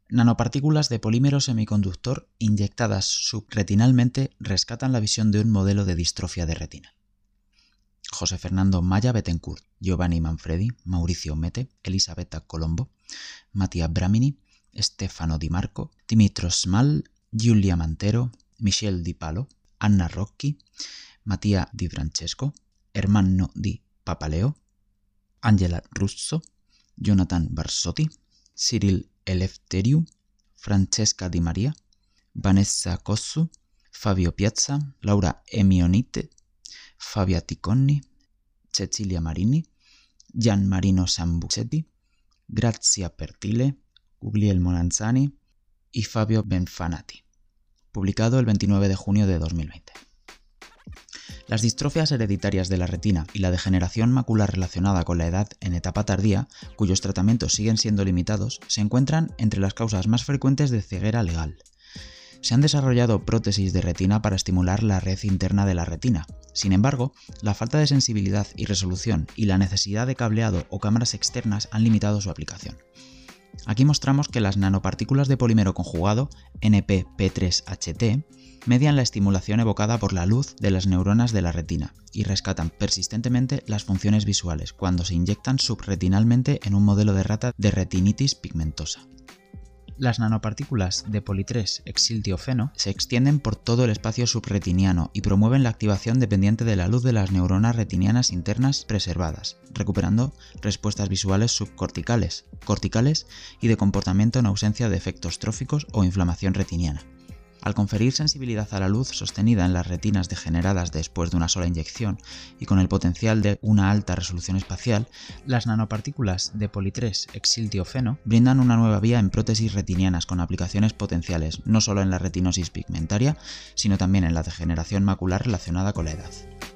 Nanopartículas de polímero semiconductor inyectadas subretinalmente rescatan la visión de un modelo de distrofia de retina. José Fernando Maya Bettencourt, Giovanni Manfredi, Mauricio Mete, Elisabetta Colombo, Mattia Bramini, Stefano Di Marco, Dimitros Smal, Giulia Mantero, Michel Di Palo, Anna Rocchi, Mattia Di Francesco, Ermanno Di Papaleo, Angela Russo, Jonathan Barsotti, Cyril Eleftheriou, Francesca Di Maria, Vanessa Cossu, Fabio Piazza, Laura Emionite, Fabia Ticonni, Cecilia Marini, Gian Marino Sambucetti, Grazia Pertile, Guglielmo Lanzani y Fabio Benfanati. Publicado el 29 de junio de 2020. Las distrofias hereditarias de la retina y la degeneración macular relacionada con la edad en etapa tardía, cuyos tratamientos siguen siendo limitados, se encuentran entre las causas más frecuentes de ceguera legal. Se han desarrollado prótesis de retina para estimular la red interna de la retina. Sin embargo, la falta de sensibilidad y resolución y la necesidad de cableado o cámaras externas han limitado su aplicación. Aquí mostramos que las nanopartículas de polímero conjugado, NP-P3HT, median la estimulación evocada por la luz de las neuronas de la retina y rescatan persistentemente las funciones visuales cuando se inyectan subretinalmente en un modelo de rata de retinitis pigmentosa. Las nanopartículas de poli-3-exiltiofeno se extienden por todo el espacio subretiniano y promueven la activación dependiente de la luz de las neuronas retinianas internas preservadas, recuperando respuestas visuales subcorticales, corticales y de comportamiento en ausencia de efectos tróficos o inflamación retiniana. Al conferir sensibilidad a la luz sostenida en las retinas degeneradas después de una sola inyección y con el potencial de una alta resolución espacial, las nanopartículas de poli-3-exiltiofeno brindan una nueva vía en prótesis retinianas con aplicaciones potenciales no solo en la retinosis pigmentaria, sino también en la degeneración macular relacionada con la edad.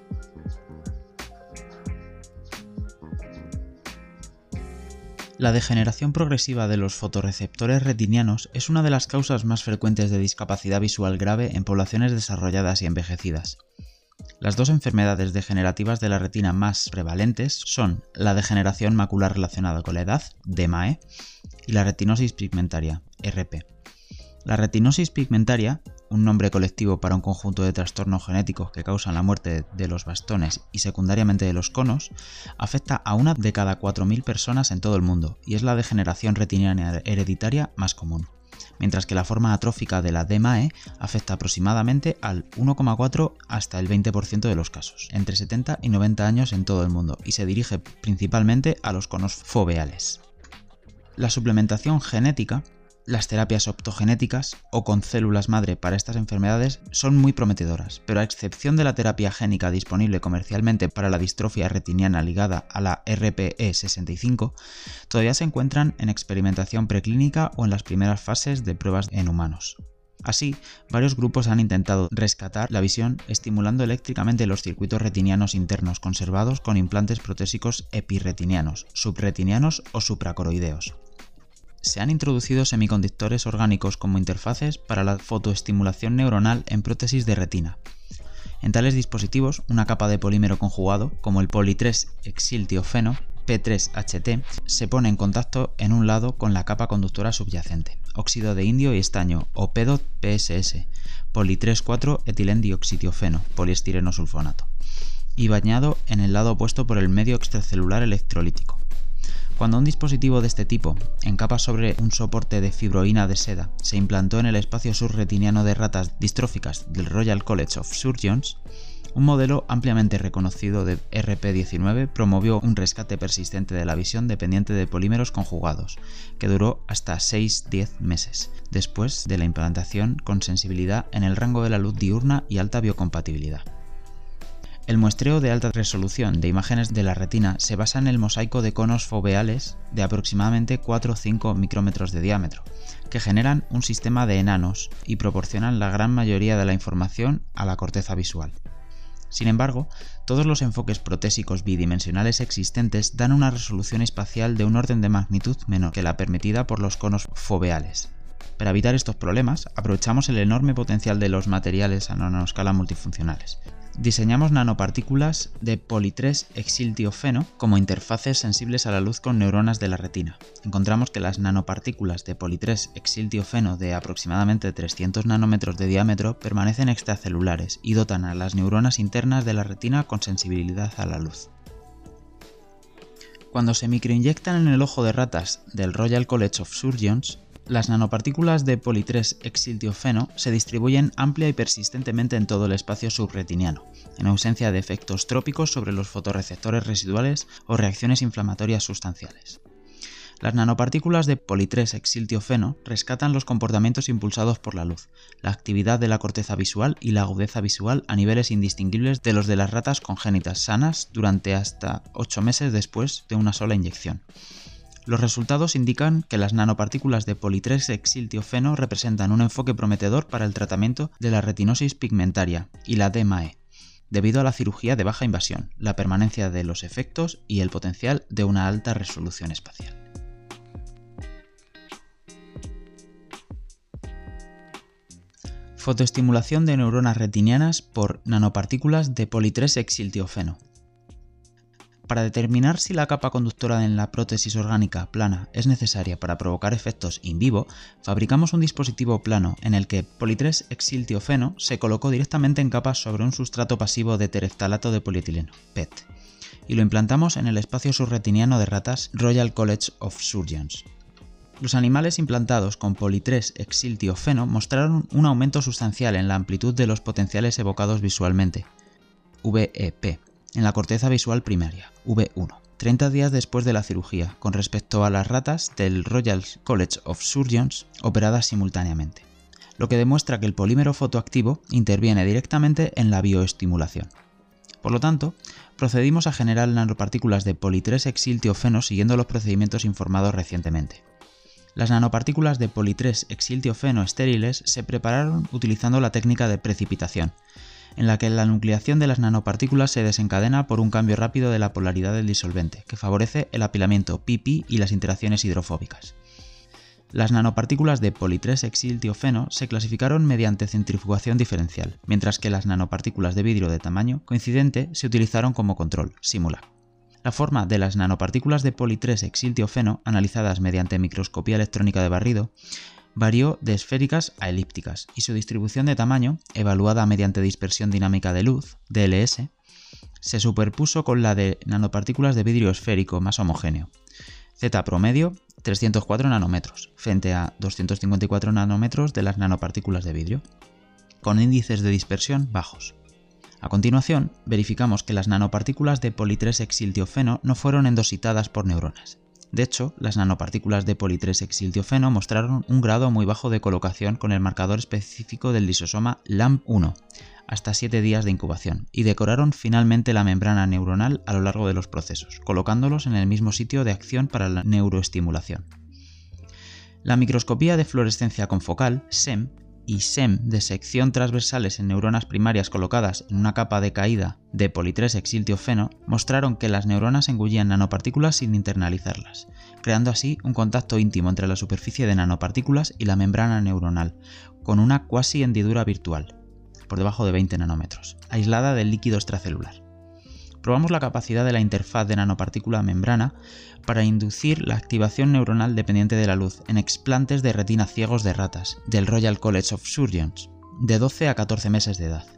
La degeneración progresiva de los fotorreceptores retinianos es una de las causas más frecuentes de discapacidad visual grave en poblaciones desarrolladas y envejecidas. Las dos enfermedades degenerativas de la retina más prevalentes son la degeneración macular relacionada con la edad, DMAE, y la retinosis pigmentaria, RP. La retinosis pigmentaria, un nombre colectivo para un conjunto de trastornos genéticos que causan la muerte de los bastones y secundariamente de los conos, afecta a 1 de cada 4.000 personas en todo el mundo y es la degeneración retiniana hereditaria más común, mientras que la forma atrófica de la DMAE afecta aproximadamente al 1,4 hasta el 20% de los casos, entre 70 y 90 años en todo el mundo, y se dirige principalmente a los conos foveales. La suplementación genética, las terapias optogenéticas o con células madre para estas enfermedades son muy prometedoras, pero a excepción de la terapia génica disponible comercialmente para la distrofia retiniana ligada a la RPE65, todavía se encuentran en experimentación preclínica o en las primeras fases de pruebas en humanos. Así, varios grupos han intentado rescatar la visión estimulando eléctricamente los circuitos retinianos internos conservados con implantes protésicos epirretinianos, subretinianos o supracoroideos. Se han introducido semiconductores orgánicos como interfaces para la fotoestimulación neuronal en prótesis de retina. En tales dispositivos, una capa de polímero conjugado, como el poli-3-exiltiofeno, P3HT, se pone en contacto en un lado con la capa conductora subyacente, óxido de indio y estaño, o PEDOT-PSS, poli-3,4-etilendioxitiofeno, poliestireno sulfonato, y bañado en el lado opuesto por el medio extracelular electrolítico. Cuando un dispositivo de este tipo, en capa sobre un soporte de fibroína de seda, se implantó en el espacio subretiniano de ratas distróficas del Royal College of Surgeons, un modelo ampliamente reconocido de RP19 promovió un rescate persistente de la visión dependiente de polímeros conjugados, que duró hasta 6-10 meses, después de la implantación con sensibilidad en el rango de la luz diurna y alta biocompatibilidad. El muestreo de alta resolución de imágenes de la retina se basa en el mosaico de conos foveales de aproximadamente 4 o 5 micrómetros de diámetro, que generan un sistema de enanos y proporcionan la gran mayoría de la información a la corteza visual. Sin embargo, todos los enfoques protésicos bidimensionales existentes dan una resolución espacial de un orden de magnitud menor que la permitida por los conos foveales. Para evitar estos problemas, aprovechamos el enorme potencial de los materiales a nanoescala multifuncionales. diseñamos nanopartículas de poli-3-exiltiofeno como interfaces sensibles a la luz con neuronas de la retina. Encontramos que las nanopartículas de poli-3-exiltiofeno de aproximadamente 300 nanómetros de diámetro permanecen extracelulares y dotan a las neuronas internas de la retina con sensibilidad a la luz. Cuando se microinyectan en el ojo de ratas del Royal College of Surgeons, las nanopartículas de poli-3-exiltiofeno se distribuyen amplia y persistentemente en todo el espacio subretiniano, en ausencia de efectos trópicos sobre los fotorreceptores residuales o reacciones inflamatorias sustanciales. Las nanopartículas de poli-3-exiltiofeno rescatan los comportamientos impulsados por la luz, la actividad de la corteza visual y la agudeza visual a niveles indistinguibles de los de las ratas congénitas sanas durante hasta 8 meses después de una sola inyección. Los resultados indican que las nanopartículas de poli-3-exiltiofeno representan un enfoque prometedor para el tratamiento de la retinosis pigmentaria y la DMAE, debido a la cirugía de baja invasión, la permanencia de los efectos y el potencial de una alta resolución espacial. Fotoestimulación de neuronas retinianas por nanopartículas de poli-3-exiltiofeno. Para determinar si la capa conductora en la prótesis orgánica plana es necesaria para provocar efectos in vivo, fabricamos un dispositivo plano en el que poli-3-exiltiofeno se colocó directamente en capas sobre un sustrato pasivo de tereftalato de polietileno, PET, y lo implantamos en el espacio subretiniano de ratas Royal College of Surgeons. Los animales implantados con poli-3-exiltiofeno mostraron un aumento sustancial en la amplitud de los potenciales evocados visualmente, VEP, en la corteza visual primaria, V1, 30 días después de la cirugía, con respecto a las ratas del Royal College of Surgeons operadas simultáneamente, lo que demuestra que el polímero fotoactivo interviene directamente en la bioestimulación. Por lo tanto, procedimos a generar nanopartículas de poli-3-exiltiofeno siguiendo los procedimientos informados recientemente. Las nanopartículas de poli-3-exiltiofeno estériles se prepararon utilizando la técnica de precipitación, en la que la nucleación de las nanopartículas se desencadena por un cambio rápido de la polaridad del disolvente, que favorece el apilamiento pi-pi y las interacciones hidrofóbicas. Las nanopartículas de poli-3-exiltiofeno se clasificaron mediante centrifugación diferencial, mientras que las nanopartículas de vidrio de tamaño coincidente se utilizaron como control, Simulac. La forma de las nanopartículas de poli-3-exiltiofeno, analizadas mediante microscopía electrónica de barrido, varió de esféricas a elípticas y su distribución de tamaño, evaluada mediante dispersión dinámica de luz, DLS, se superpuso con la de nanopartículas de vidrio esférico más homogéneo. Z promedio 304 nanómetros, frente a 254 nanómetros de las nanopartículas de vidrio, con índices de dispersión bajos. A continuación, verificamos que las nanopartículas de poli-3-exiltiofeno no fueron endositadas por neuronas. De hecho, las nanopartículas de poli-3-exiltiofeno mostraron un grado muy bajo de colocación con el marcador específico del lisosoma LAMP1, hasta 7 días de incubación, y decoraron finalmente la membrana neuronal a lo largo de los procesos, colocándolos en el mismo sitio de acción para la neuroestimulación. La microscopía de fluorescencia confocal, SEM, y SEM de sección transversales en neuronas primarias colocadas en una capa de caída de poli-3-exiltiofeno mostraron que las neuronas engullían nanopartículas sin internalizarlas, creando así un contacto íntimo entre la superficie de nanopartículas y la membrana neuronal, con una cuasi hendidura virtual, por debajo de 20 nanómetros, aislada del líquido extracelular. Probamos la capacidad de la interfaz de nanopartícula-membrana para inducir la activación neuronal dependiente de la luz en explantes de retina ciegos de ratas del Royal College of Surgeons, de 12 a 14 meses de edad.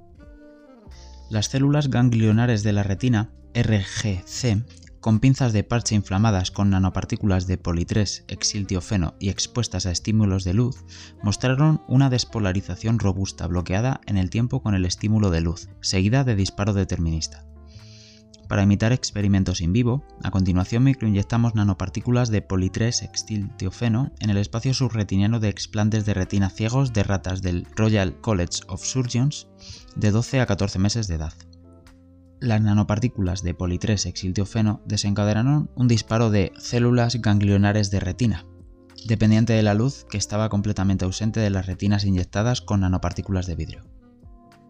Las células ganglionares de la retina, RGC, con pinzas de parche inflamadas con nanopartículas de poli-3-exiltiofeno y expuestas a estímulos de luz, mostraron una despolarización robusta bloqueada en el tiempo con el estímulo de luz, seguida de disparo determinista. Para imitar experimentos in vivo, a continuación microinyectamos nanopartículas de poli-3-exiltiofeno en el espacio subretiniano de explantes de retina ciegos de ratas del Royal College of Surgeons de 12 a 14 meses de edad. Las nanopartículas de poli-3-exiltiofeno desencadenaron un disparo de células ganglionares de retina, dependiente de la luz que estaba completamente ausente de las retinas inyectadas con nanopartículas de vidrio.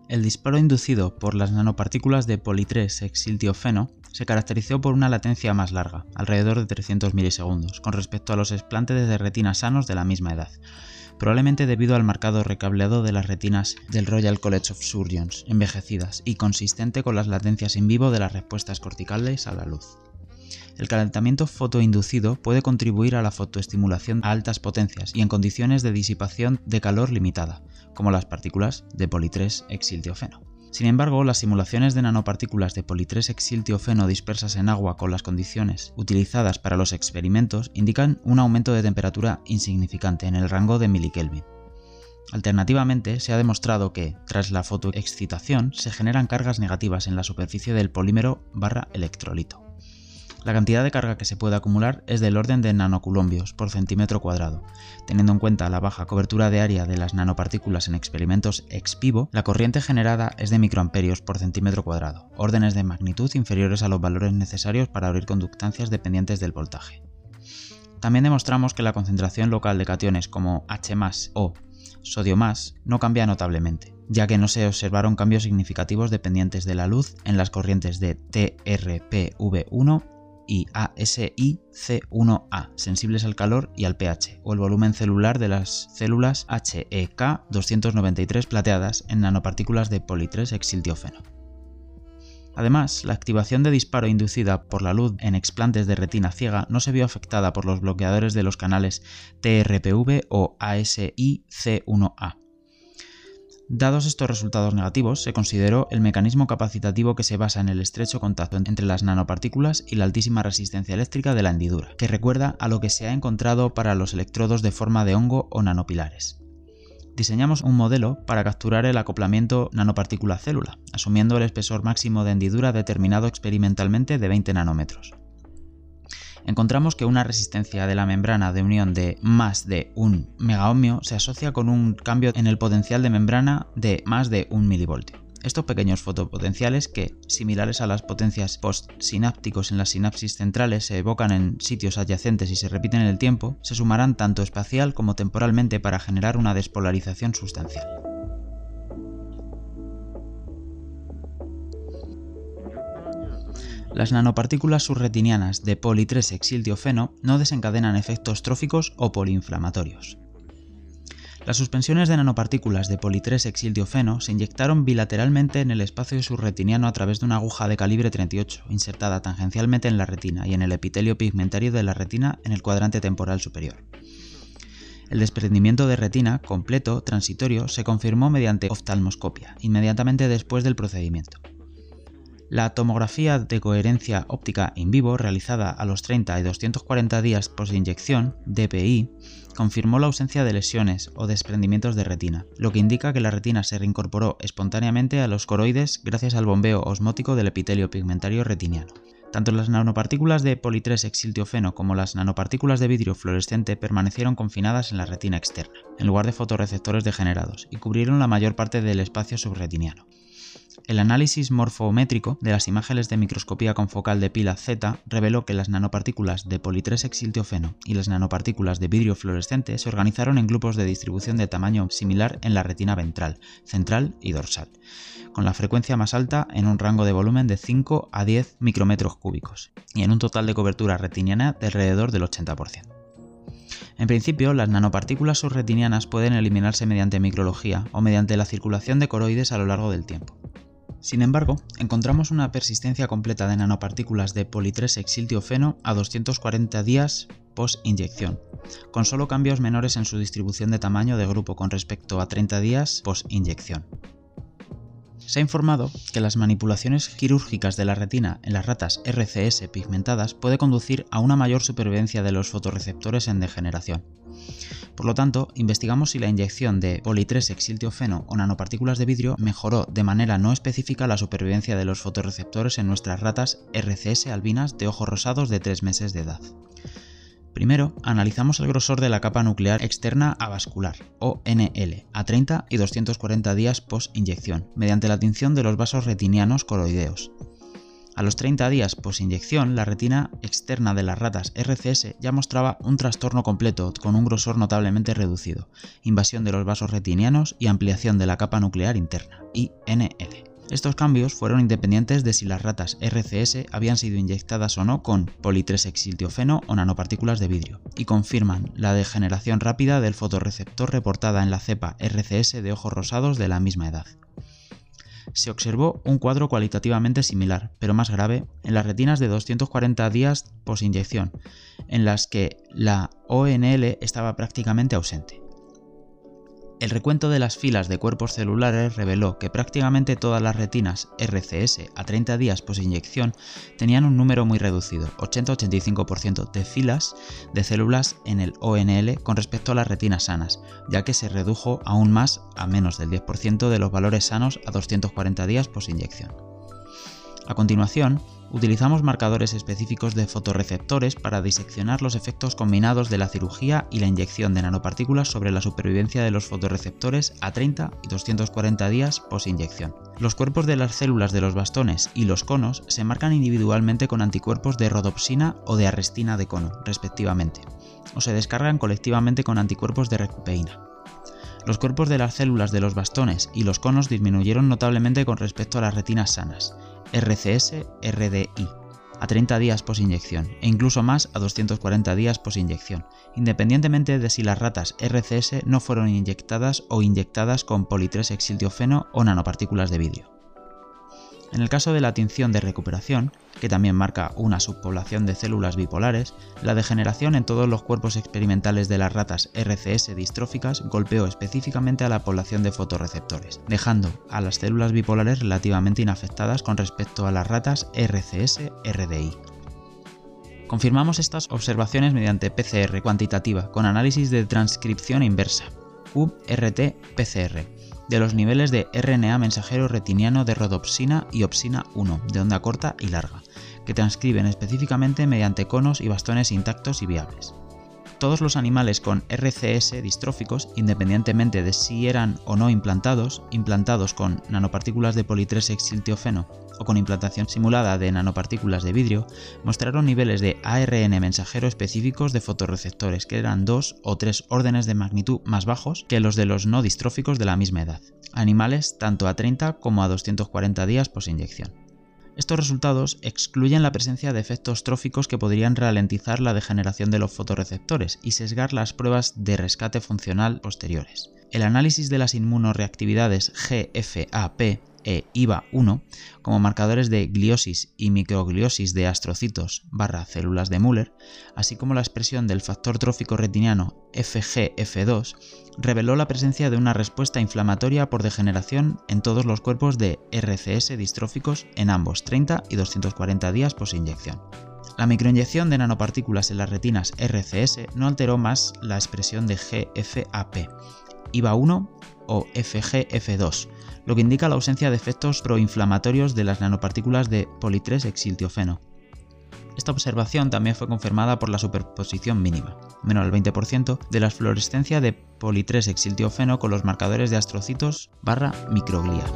El disparo inducido por las nanopartículas de poli-3-exiltiofeno se caracterizó por una latencia más larga, alrededor de 300 milisegundos, con respecto a los explantes de retina sanos de la misma edad, probablemente debido al marcado recableado de las retinas del Royal College of Surgeons envejecidas y consistente con las latencias in vivo de las respuestas corticales a la luz. El calentamiento fotoinducido puede contribuir a la fotoestimulación a altas potencias y en condiciones de disipación de calor limitada, como las partículas de poli-3-exiltiofeno. Sin embargo, las simulaciones de nanopartículas de poli-3-exiltiofeno dispersas en agua con las condiciones utilizadas para los experimentos indican un aumento de temperatura insignificante en el rango de milikelvin. Alternativamente, se ha demostrado que, tras la fotoexcitación, se generan cargas negativas en la superficie del polímero/electrolito. La cantidad de carga que se puede acumular es del orden de nanocoulombios por centímetro cuadrado. Teniendo en cuenta la baja cobertura de área de las nanopartículas en experimentos ex vivo, la corriente generada es de microamperios por centímetro cuadrado, órdenes de magnitud inferiores a los valores necesarios para abrir conductancias dependientes del voltaje. También demostramos que la concentración local de cationes como H+ o sodio+ no cambia notablemente, ya que no se observaron cambios significativos dependientes de la luz en las corrientes de TRPV1 y ASIC1A, sensibles al calor y al pH, o el volumen celular de las células HEK293 plateadas en nanopartículas de poli-3-exiltiofeno. Además, la activación de disparo inducida por la luz en explantes de retina ciega no se vio afectada por los bloqueadores de los canales TRPV o ASIC1A. Dados estos resultados negativos, se consideró el mecanismo capacitativo que se basa en el estrecho contacto entre las nanopartículas y la altísima resistencia eléctrica de la hendidura, que recuerda a lo que se ha encontrado para los electrodos de forma de hongo o nanopilares. Diseñamos un modelo para capturar el acoplamiento nanopartícula-célula, asumiendo el espesor máximo de hendidura determinado experimentalmente de 20 nanómetros. Encontramos que una resistencia de la membrana de unión de más de 1 megaohmio se asocia con un cambio en el potencial de membrana de más de 1 milivoltio. Estos pequeños fotopotenciales, que, similares a las potencias postsinápticos en las sinapsis centrales, se evocan en sitios adyacentes y se repiten en el tiempo, se sumarán tanto espacial como temporalmente para generar una despolarización sustancial. Las nanopartículas subretinianas de poli-3-exiltiofeno no desencadenan efectos tróficos o poliinflamatorios. Las suspensiones de nanopartículas de poli-3-exiltiofeno se inyectaron bilateralmente en el espacio subretiniano a través de una aguja de calibre 38, insertada tangencialmente en la retina y en el epitelio pigmentario de la retina en el cuadrante temporal superior. El desprendimiento de retina completo transitorio se confirmó mediante oftalmoscopia, inmediatamente después del procedimiento. La tomografía de coherencia óptica in vivo, realizada a los 30 y 240 días postinyección, DPI, confirmó la ausencia de lesiones o desprendimientos de retina, lo que indica que la retina se reincorporó espontáneamente a los coroides gracias al bombeo osmótico del epitelio pigmentario retiniano. Tanto las nanopartículas de poli-3-exiltiofeno como las nanopartículas de vidrio fluorescente permanecieron confinadas en la retina externa, en lugar de fotorreceptores degenerados, y cubrieron la mayor parte del espacio subretiniano. El análisis morfométrico de las imágenes de microscopía confocal de pila Z reveló que las nanopartículas de poli-3-exiltiofeno y las nanopartículas de vidrio fluorescente se organizaron en grupos de distribución de tamaño similar en la retina ventral, central y dorsal, con la frecuencia más alta en un rango de volumen de 5 a 10 micrómetros cúbicos y en un total de cobertura retiniana de alrededor del 80%. En principio, las nanopartículas subretinianas pueden eliminarse mediante micrología o mediante la circulación de coroides a lo largo del tiempo. Sin embargo, encontramos una persistencia completa de nanopartículas de poli-3-exiltiofeno a 240 días post-inyección, con solo cambios menores en su distribución de tamaño de grupo con respecto a 30 días post-inyección. Se ha informado que las manipulaciones quirúrgicas de la retina en las ratas RCS pigmentadas puede conducir a una mayor supervivencia de los fotorreceptores en degeneración. Por lo tanto, investigamos si la inyección de poli-3-exiltiofeno o nanopartículas de vidrio mejoró de manera no específica la supervivencia de los fotorreceptores en nuestras ratas RCS albinas de ojos rosados de 3 meses de edad. Primero, analizamos el grosor de la capa nuclear externa avascular, o NL, a 30 y 240 días post-inyección, mediante la tinción de los vasos retinianos coroideos. A los 30 días posinyección, la retina externa de las ratas RCS ya mostraba un trastorno completo con un grosor notablemente reducido, invasión de los vasos retinianos y ampliación de la capa nuclear interna, INL. Estos cambios fueron independientes de si las ratas RCS habían sido inyectadas o no con poli-3-exiltiofeno o nanopartículas de vidrio, y confirman la degeneración rápida del fotorreceptor reportada en la cepa RCS de ojos rosados de la misma edad. Se observó un cuadro cualitativamente similar, pero más grave, en las retinas de 240 días posinyección, en las que la ONL estaba prácticamente ausente. El recuento de las filas de cuerpos celulares reveló que prácticamente todas las retinas RCS a 30 días posinyección tenían un número muy reducido, 80-85% de filas de células en el ONL con respecto a las retinas sanas, ya que se redujo aún más a menos del 10% de los valores sanos a 240 días posinyección. A continuación, utilizamos marcadores específicos de fotorreceptores para diseccionar los efectos combinados de la cirugía y la inyección de nanopartículas sobre la supervivencia de los fotorreceptores a 30 y 240 días posinyección. Los cuerpos de las células de los bastones y los conos se marcan individualmente con anticuerpos de rodopsina o de arrestina de cono, respectivamente, o se descargan colectivamente con anticuerpos de recupeína. Los cuerpos de las células de los bastones y los conos disminuyeron notablemente con respecto a las retinas sanas, RCS-RDI, a 30 días posinyección e incluso más a 240 días posinyección, independientemente de si las ratas RCS no fueron inyectadas o inyectadas con poli-3-exiltiofeno o nanopartículas de vidrio. En el caso de la tinción de recuperación, que también marca una subpoblación de células bipolares, la degeneración en todos los cuerpos experimentales de las ratas RCS distróficas golpeó específicamente a la población de fotorreceptores, dejando a las células bipolares relativamente inafectadas con respecto a las ratas RCS-RDI. Confirmamos estas observaciones mediante PCR cuantitativa con análisis de transcripción inversa, QRT-PCR, de los niveles de RNA mensajero retiniano de rodopsina y opsina 1 de onda corta y larga, que transcriben específicamente mediante conos y bastones intactos y viables. Todos los animales con RCS distróficos, independientemente de si eran o no implantados con nanopartículas de poli-3-exiltiofeno o con implantación simulada de nanopartículas de vidrio, mostraron niveles de ARN mensajero específicos de fotorreceptores que eran 2 o 3 órdenes de magnitud más bajos que los de los no distróficos de la misma edad, animales tanto a 30 como a 240 días posinyección. Estos resultados excluyen la presencia de efectos tróficos que podrían ralentizar la degeneración de los fotorreceptores y sesgar las pruebas de rescate funcional posteriores. El análisis de las inmunoreactividades GFAP e IVA1 como marcadores de gliosis y microgliosis de astrocitos / células de Müller, así como la expresión del factor trófico retiniano FGF2, reveló la presencia de una respuesta inflamatoria por degeneración en todos los cuerpos de RCS distróficos en ambos 30 y 240 días posinyección. La microinyección de nanopartículas en las retinas RCS no alteró más la expresión de GFAP, IVA1 o FGF2, lo que indica la ausencia de efectos proinflamatorios de las nanopartículas de poli-3-exiltiofeno. Esta observación también fue confirmada por la superposición mínima, menor al 20%, de la fluorescencia de poli-3-exiltiofeno con los marcadores de astrocitos / microglia.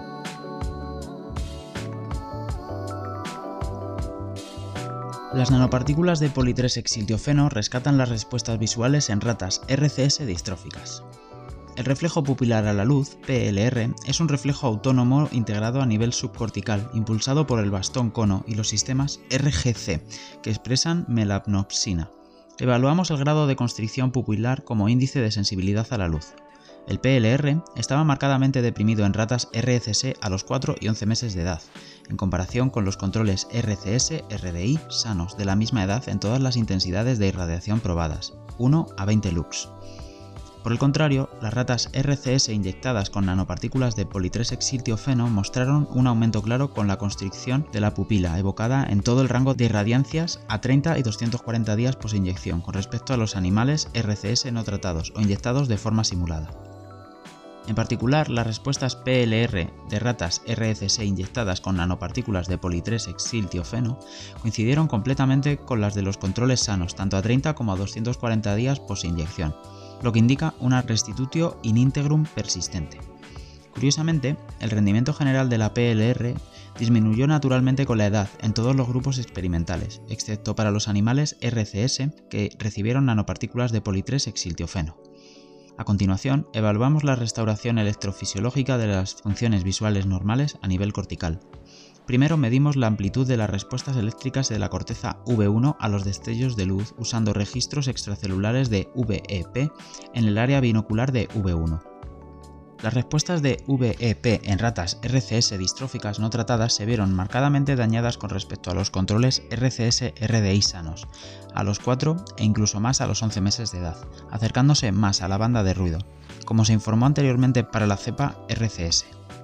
Las nanopartículas de poli-3-exiltiofeno rescatan las respuestas visuales en ratas RCS distróficas. El reflejo pupilar a la luz, PLR, es un reflejo autónomo integrado a nivel subcortical, impulsado por el bastón cono y los sistemas RGC, que expresan melanopsina. Evaluamos el grado de constricción pupilar como índice de sensibilidad a la luz. El PLR estaba marcadamente deprimido en ratas RCS a los 4 y 11 meses de edad, en comparación con los controles RCS-RDI sanos de la misma edad en todas las intensidades de irradiación probadas, 1 a 20 lux. Por el contrario, las ratas RCS inyectadas con nanopartículas de poli-3-exiltiofeno mostraron un aumento claro con la constricción de la pupila evocada en todo el rango de irradiancias a 30 y 240 días posinyección con respecto a los animales RCS no tratados o inyectados de forma simulada. En particular, las respuestas PLR de ratas RCS inyectadas con nanopartículas de poli-3-exiltiofeno coincidieron completamente con las de los controles sanos tanto a 30 como a 240 días posinyección, lo que indica una restitutio in integrum persistente. Curiosamente, el rendimiento general de la PLR disminuyó naturalmente con la edad en todos los grupos experimentales, excepto para los animales RCS que recibieron nanopartículas de poli-3-exiltiofeno. A continuación, evaluamos la restauración electrofisiológica de las funciones visuales normales a nivel cortical. Primero medimos la amplitud de las respuestas eléctricas de la corteza V1 a los destellos de luz usando registros extracelulares de VEP en el área binocular de V1. Las respuestas de VEP en ratas RCS distróficas no tratadas se vieron marcadamente dañadas con respecto a los controles RCS-RDI sanos, a los 4 e incluso más a los 11 meses de edad, acercándose más a la banda de ruido, como se informó anteriormente para la cepa RCS.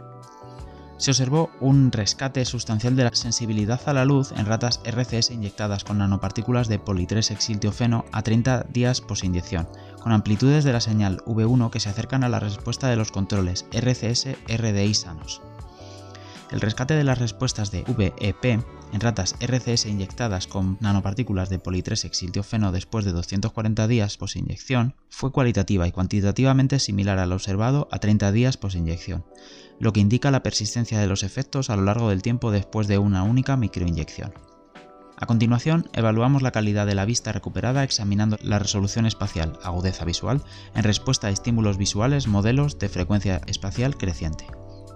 Se observó un rescate sustancial de la sensibilidad a la luz en ratas RCS inyectadas con nanopartículas de poli-3-exiltiofeno a 30 días posinyección, con amplitudes de la señal V1 que se acercan a la respuesta de los controles RCS-RDI sanos. El rescate de las respuestas de VEP en ratas RCS inyectadas con nanopartículas de poli-3-exiltiofeno después de 240 días posinyección fue cualitativa y cuantitativamente similar al observado a 30 días posinyección, lo que indica la persistencia de los efectos a lo largo del tiempo después de una única microinyección. A continuación, evaluamos la calidad de la vista recuperada examinando la resolución espacial, agudeza visual, en respuesta a estímulos visuales modelos de frecuencia espacial creciente.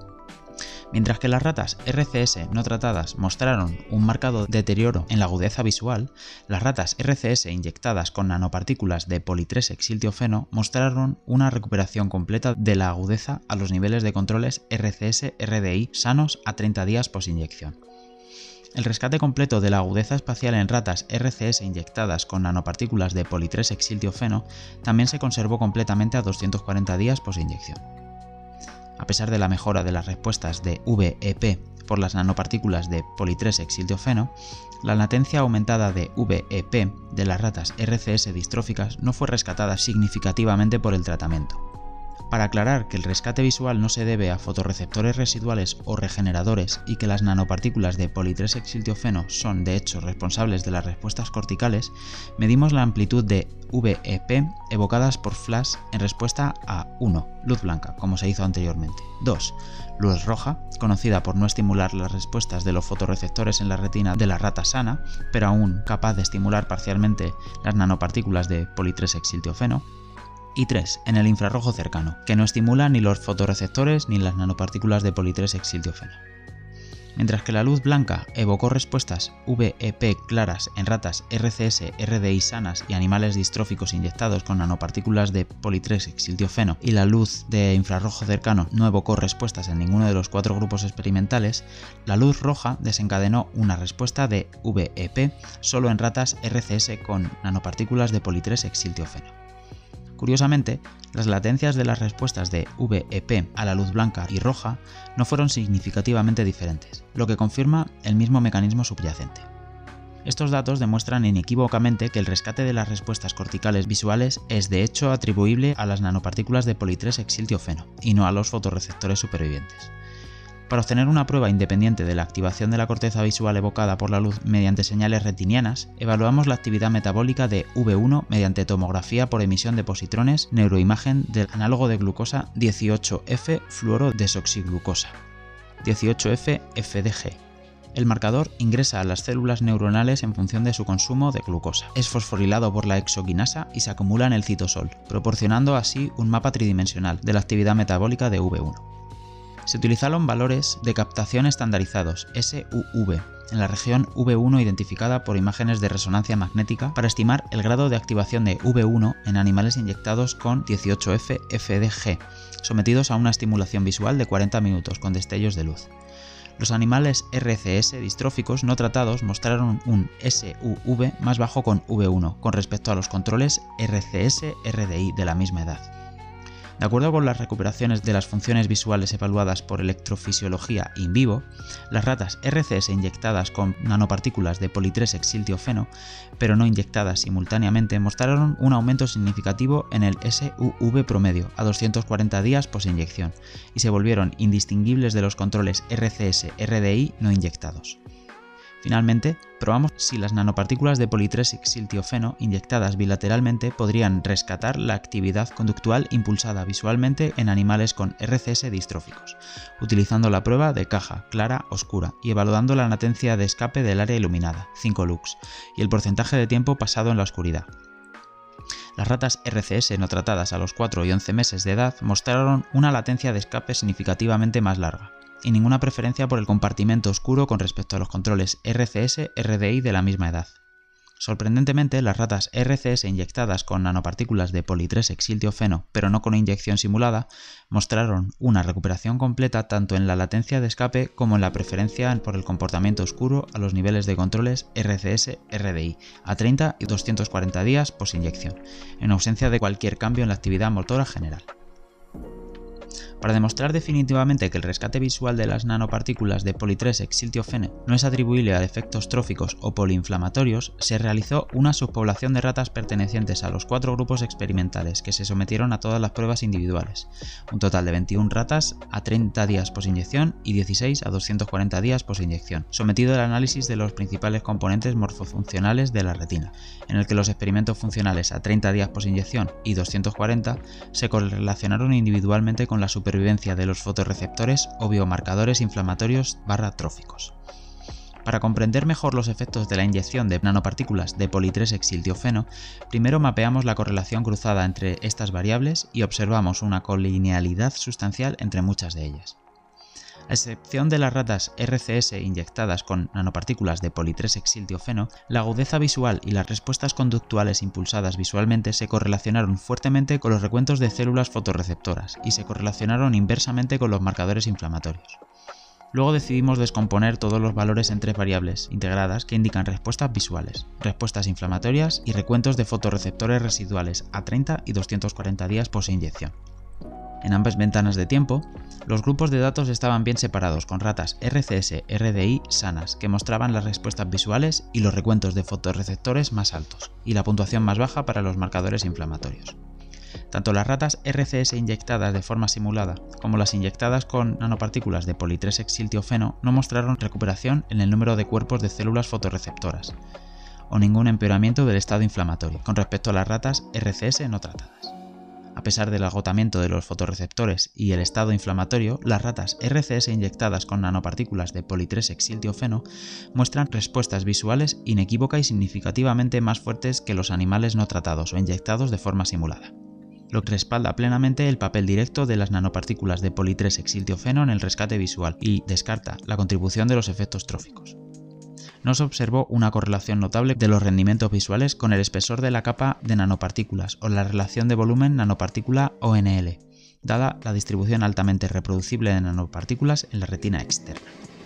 Mientras que las ratas RCS no tratadas mostraron un marcado deterioro en la agudeza visual, las ratas RCS inyectadas con nanopartículas de poli-3-exiltiofeno mostraron una recuperación completa de la agudeza a los niveles de controles RCS-RDI sanos a 30 días posinyección. El rescate completo de la agudeza espacial en ratas RCS inyectadas con nanopartículas de poli-3-exiltiofeno también se conservó completamente a 240 días posinyección. A pesar de la mejora de las respuestas de VEP por las nanopartículas de poli-3-exiltiofeno, la latencia aumentada de VEP de las ratas RCS distróficas no fue rescatada significativamente por el tratamiento. Para aclarar que el rescate visual no se debe a fotorreceptores residuales o regeneradores y que las nanopartículas de poli-3-exiltiofeno son de hecho responsables de las respuestas corticales, medimos la amplitud de VEP evocadas por flash en respuesta a 1. Luz blanca, como se hizo anteriormente. 2. Luz roja, conocida por no estimular las respuestas de los fotorreceptores en la retina de la rata sana, pero aún capaz de estimular parcialmente las nanopartículas de poli-3-exiltiofeno. Y 3. En el infrarrojo cercano, que no estimula ni los fotorreceptores ni las nanopartículas de poli-3-exiltiofeno. Mientras que la luz blanca evocó respuestas VEP claras en ratas RCS-RDI sanas y animales distróficos inyectados con nanopartículas de poli-3-exiltiofeno y la luz de infrarrojo cercano no evocó respuestas en ninguno de los 4 grupos experimentales, la luz roja desencadenó una respuesta de VEP solo en ratas RCS con nanopartículas de poli-3-exiltiofeno. Curiosamente, las latencias de las respuestas de VEP a la luz blanca y roja no fueron significativamente diferentes, lo que confirma el mismo mecanismo subyacente. Estos datos demuestran inequívocamente que el rescate de las respuestas corticales visuales es de hecho atribuible a las nanopartículas de poli-3-exiltiofeno y no a los fotorreceptores supervivientes. Para obtener una prueba independiente de la activación de la corteza visual evocada por la luz mediante señales retinianas, evaluamos la actividad metabólica de V1 mediante tomografía por emisión de positrones neuroimagen del análogo de glucosa 18F-fluorodesoxiglucosa, 18F-FDG. El marcador ingresa a las células neuronales en función de su consumo de glucosa. Es fosforilado por la exoquinasa y se acumula en el citosol, proporcionando así un mapa tridimensional de la actividad metabólica de V1. Se utilizaron valores de captación estandarizados, SUV, en la región V1 identificada por imágenes de resonancia magnética para estimar el grado de activación de V1 en animales inyectados con 18F-FDG, sometidos a una estimulación visual de 40 minutos con destellos de luz. Los animales RCS distróficos no tratados mostraron un SUV más bajo con V1 con respecto a los controles RCS-RDI de la misma edad. De acuerdo con las recuperaciones de las funciones visuales evaluadas por electrofisiología in vivo, las ratas RCS inyectadas con nanopartículas de poli-3-exiltiofeno, pero no inyectadas simultáneamente, mostraron un aumento significativo en el SUV promedio a 240 días posinyección y se volvieron indistinguibles de los controles RCS-RDI no inyectados. Finalmente, probamos si las nanopartículas de politrés-siltiofeno inyectadas bilateralmente podrían rescatar la actividad conductual impulsada visualmente en animales con RCS distróficos, utilizando la prueba de caja clara-oscura y evaluando la latencia de escape del área iluminada, 5 lux, y el porcentaje de tiempo pasado en la oscuridad. Las ratas RCS no tratadas a los 4 y 11 meses de edad mostraron una latencia de escape significativamente más larga, y ninguna preferencia por el compartimento oscuro con respecto a los controles RCS-RDI de la misma edad. Sorprendentemente, las ratas RCS inyectadas con nanopartículas de politrés-siltiofeno, pero no con inyección simulada, mostraron una recuperación completa tanto en la latencia de escape como en la preferencia por el comportamiento oscuro a los niveles de controles RCS-RDI a 30 y 240 días post-inyección, en ausencia de cualquier cambio en la actividad motora general. Para demostrar definitivamente que el rescate visual de las nanopartículas de politrés-siltiofeno no es atribuible a efectos tróficos o poliinflamatorios, se realizó una subpoblación de ratas pertenecientes a los 4 grupos experimentales que se sometieron a todas las pruebas individuales, un total de 21 ratas a 30 días posinyección y 16 a 240 días posinyección, sometido al análisis de los principales componentes morfofuncionales de la retina, en el que los experimentos funcionales a 30 días posinyección y 240 se correlacionaron individualmente con la supervivencia de los fotorreceptores o biomarcadores inflamatorios tróficos. Para comprender mejor los efectos de la inyección de nanopartículas de politrés-siltiofeno, primero mapeamos la correlación cruzada entre estas variables y observamos una colinealidad sustancial entre muchas de ellas. A excepción de las ratas RCS inyectadas con nanopartículas de politrés-siltiofeno, la agudeza visual y las respuestas conductuales impulsadas visualmente se correlacionaron fuertemente con los recuentos de células fotorreceptoras y se correlacionaron inversamente con los marcadores inflamatorios. Luego decidimos descomponer todos los valores en 3 variables integradas que indican respuestas visuales, respuestas inflamatorias y recuentos de fotorreceptores residuales a 30 y 240 días post-inyección. En ambas ventanas de tiempo, los grupos de datos estaban bien separados, con ratas RCS-RDI sanas que mostraban las respuestas visuales y los recuentos de fotorreceptores más altos, y la puntuación más baja para los marcadores inflamatorios. Tanto las ratas RCS inyectadas de forma simulada como las inyectadas con nanopartículas de politrés-siltiofeno no mostraron recuperación en el número de cuerpos de células fotorreceptoras, o ningún empeoramiento del estado inflamatorio con respecto a las ratas RCS no tratadas. A pesar del agotamiento de los fotorreceptores y el estado inflamatorio, las ratas RCS inyectadas con nanopartículas de politrés-siltiofeno muestran respuestas visuales inequívocas y significativamente más fuertes que los animales no tratados o inyectados de forma simulada, lo que respalda plenamente el papel directo de las nanopartículas de politrés-siltiofeno en el rescate visual y descarta la contribución de los efectos tróficos. No se observó una correlación notable de los rendimientos visuales con el espesor de la capa de nanopartículas o la relación de volumen nanopartícula-ONL, dada la distribución altamente reproducible de nanopartículas en la retina externa.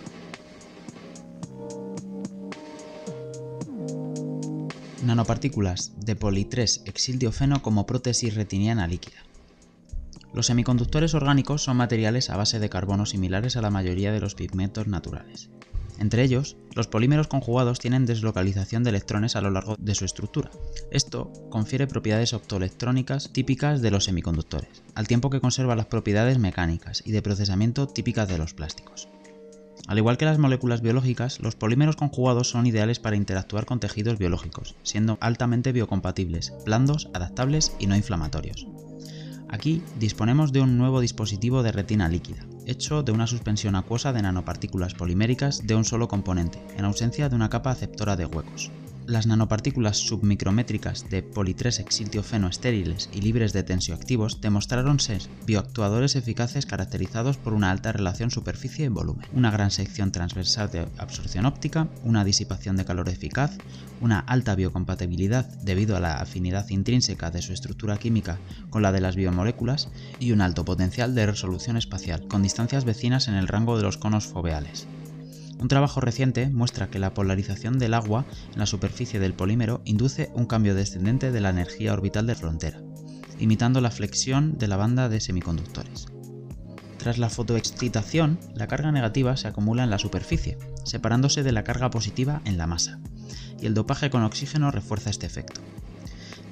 Nanopartículas de politrés-siltiofeno como prótesis retiniana líquida. Los semiconductores orgánicos son materiales a base de carbono similares a la mayoría de los pigmentos naturales. Entre ellos, los polímeros conjugados tienen deslocalización de electrones a lo largo de su estructura. Esto confiere propiedades optoelectrónicas típicas de los semiconductores, al tiempo que conserva las propiedades mecánicas y de procesamiento típicas de los plásticos. Al igual que las moléculas biológicas, los polímeros conjugados son ideales para interactuar con tejidos biológicos, siendo altamente biocompatibles, blandos, adaptables y no inflamatorios. Aquí disponemos de un nuevo dispositivo de retina líquida, hecho de una suspensión acuosa de nanopartículas poliméricas de un solo componente, en ausencia de una capa aceptora de huecos. Las nanopartículas submicrométricas de politrés-siltiofeno estériles y libres de tensioactivos demostraron ser bioactuadores eficaces caracterizados por una alta relación superficie y volumen, una gran sección transversal de absorción óptica, una disipación de calor eficaz, una alta biocompatibilidad debido a la afinidad intrínseca de su estructura química con la de las biomoléculas y un alto potencial de resolución espacial, con distancias vecinas en el rango de los conos foveales. Un trabajo reciente muestra que la polarización del agua en la superficie del polímero induce un cambio descendente de la energía orbital de frontera, imitando la flexión de la banda de semiconductores. Tras la fotoexcitación, la carga negativa se acumula en la superficie, separándose de la carga positiva en la masa, y el dopaje con oxígeno refuerza este efecto.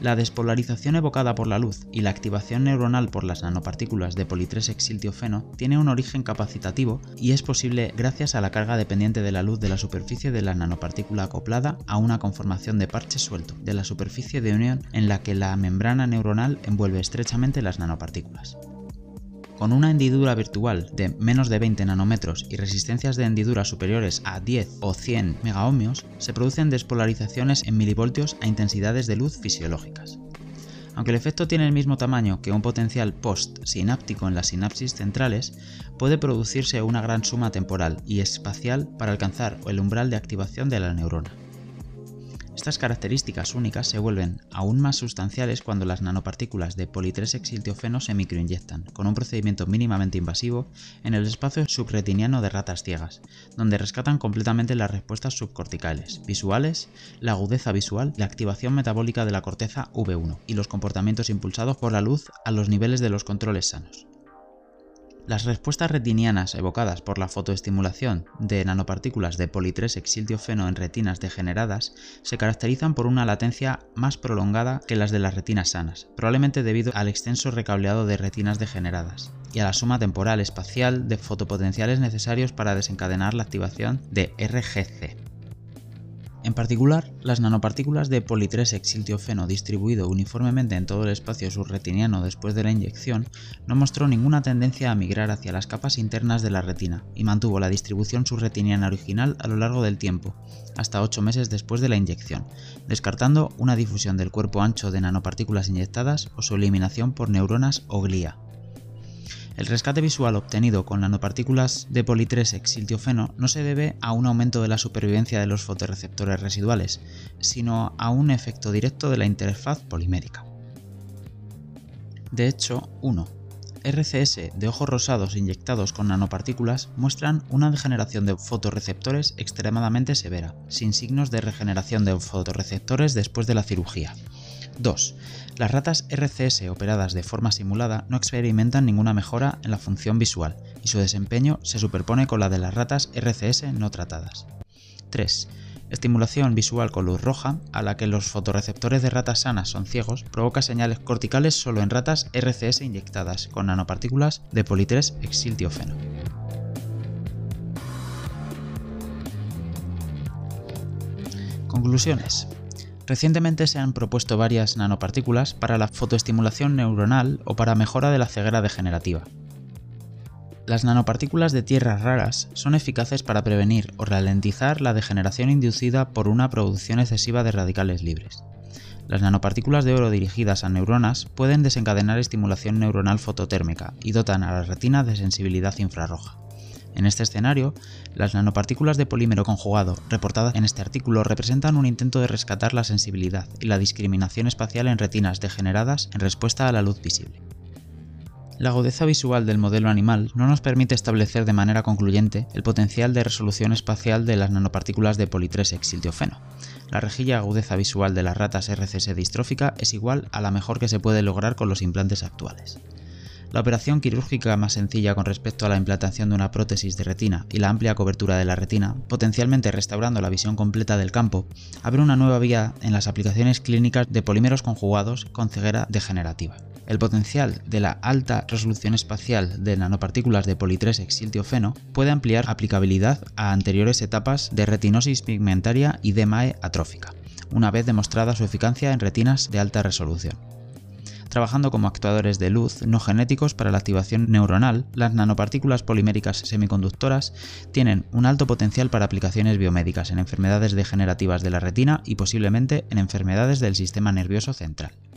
La despolarización evocada por la luz y la activación neuronal por las nanopartículas de politres-exiltiofeno tiene un origen capacitativo y es posible gracias a la carga dependiente de la luz de la superficie de la nanopartícula acoplada a una conformación de parche suelto de la superficie de unión en la que la membrana neuronal envuelve estrechamente las nanopartículas. Con una hendidura virtual de menos de 20 nanómetros y resistencias de hendidura superiores a 10 o 100 megaohmios, se producen despolarizaciones en milivoltios a intensidades de luz fisiológicas. Aunque el efecto tiene el mismo tamaño que un potencial post-sináptico en las sinapsis centrales, puede producirse una gran suma temporal y espacial para alcanzar el umbral de activación de la neurona. Estas características únicas se vuelven aún más sustanciales cuando las nanopartículas de politres-exiltiofeno se microinyectan, con un procedimiento mínimamente invasivo, en el espacio subretiniano de ratas ciegas, donde rescatan completamente las respuestas subcorticales, visuales, la agudeza visual, la activación metabólica de la corteza V1 y los comportamientos impulsados por la luz a los niveles de los controles sanos. Las respuestas retinianas evocadas por la fotoestimulación de nanopartículas de politres-exiltiofeno en retinas degeneradas se caracterizan por una latencia más prolongada que las de las retinas sanas, probablemente debido al extenso recableado de retinas degeneradas y a la suma temporal espacial de fotopotenciales necesarios para desencadenar la activación de RGC. En particular, las nanopartículas de politres-exiltiofeno distribuido uniformemente en todo el espacio subretiniano después de la inyección no mostró ninguna tendencia a migrar hacia las capas internas de la retina y mantuvo la distribución subretiniana original a lo largo del tiempo, hasta 8 meses después de la inyección, descartando una difusión del cuerpo ancho de nanopartículas inyectadas o su eliminación por neuronas o glía. El rescate visual obtenido con nanopartículas de politres-exiltiofeno no se debe a un aumento de la supervivencia de los fotorreceptores residuales, sino a un efecto directo de la interfaz polimérica. De hecho, 1. RCS de ojos rosados inyectados con nanopartículas muestran una degeneración de fotorreceptores extremadamente severa, sin signos de regeneración de fotorreceptores después de la cirugía. 2. Las ratas RCS operadas de forma simulada no experimentan ninguna mejora en la función visual y su desempeño se superpone con la de las ratas RCS no tratadas. 3. Estimulación visual con luz roja, a la que los fotorreceptores de ratas sanas son ciegos, provoca señales corticales solo en ratas RCS inyectadas con nanopartículas de politres-exiltiofeno. Conclusiones. Recientemente se han propuesto varias nanopartículas para la fotoestimulación neuronal o para mejora de la ceguera degenerativa. Las nanopartículas de tierras raras son eficaces para prevenir o ralentizar la degeneración inducida por una producción excesiva de radicales libres. Las nanopartículas de oro dirigidas a neuronas pueden desencadenar estimulación neuronal fototérmica y dotan a la retina de sensibilidad infrarroja. En este escenario, las nanopartículas de polímero conjugado reportadas en este artículo representan un intento de rescatar la sensibilidad y la discriminación espacial en retinas degeneradas en respuesta a la luz visible. La agudeza visual del modelo animal no nos permite establecer de manera concluyente el potencial de resolución espacial de las nanopartículas de politres-exiltiofeno. La rejilla agudeza visual de las ratas RCS distrófica es igual a la mejor que se puede lograr con los implantes actuales. La operación quirúrgica más sencilla con respecto a la implantación de una prótesis de retina y la amplia cobertura de la retina, potencialmente restaurando la visión completa del campo, abre una nueva vía en las aplicaciones clínicas de polímeros conjugados con ceguera degenerativa. El potencial de la alta resolución espacial de nanopartículas de politres-exiltiofeno puede ampliar aplicabilidad a anteriores etapas de retinosis pigmentaria y DMAE atrófica, una vez demostrada su eficacia en retinas de alta resolución. Trabajando como actuadores de luz no genéticos para la activación neuronal, las nanopartículas poliméricas semiconductoras tienen un alto potencial para aplicaciones biomédicas en enfermedades degenerativas de la retina y posiblemente en enfermedades del sistema nervioso central.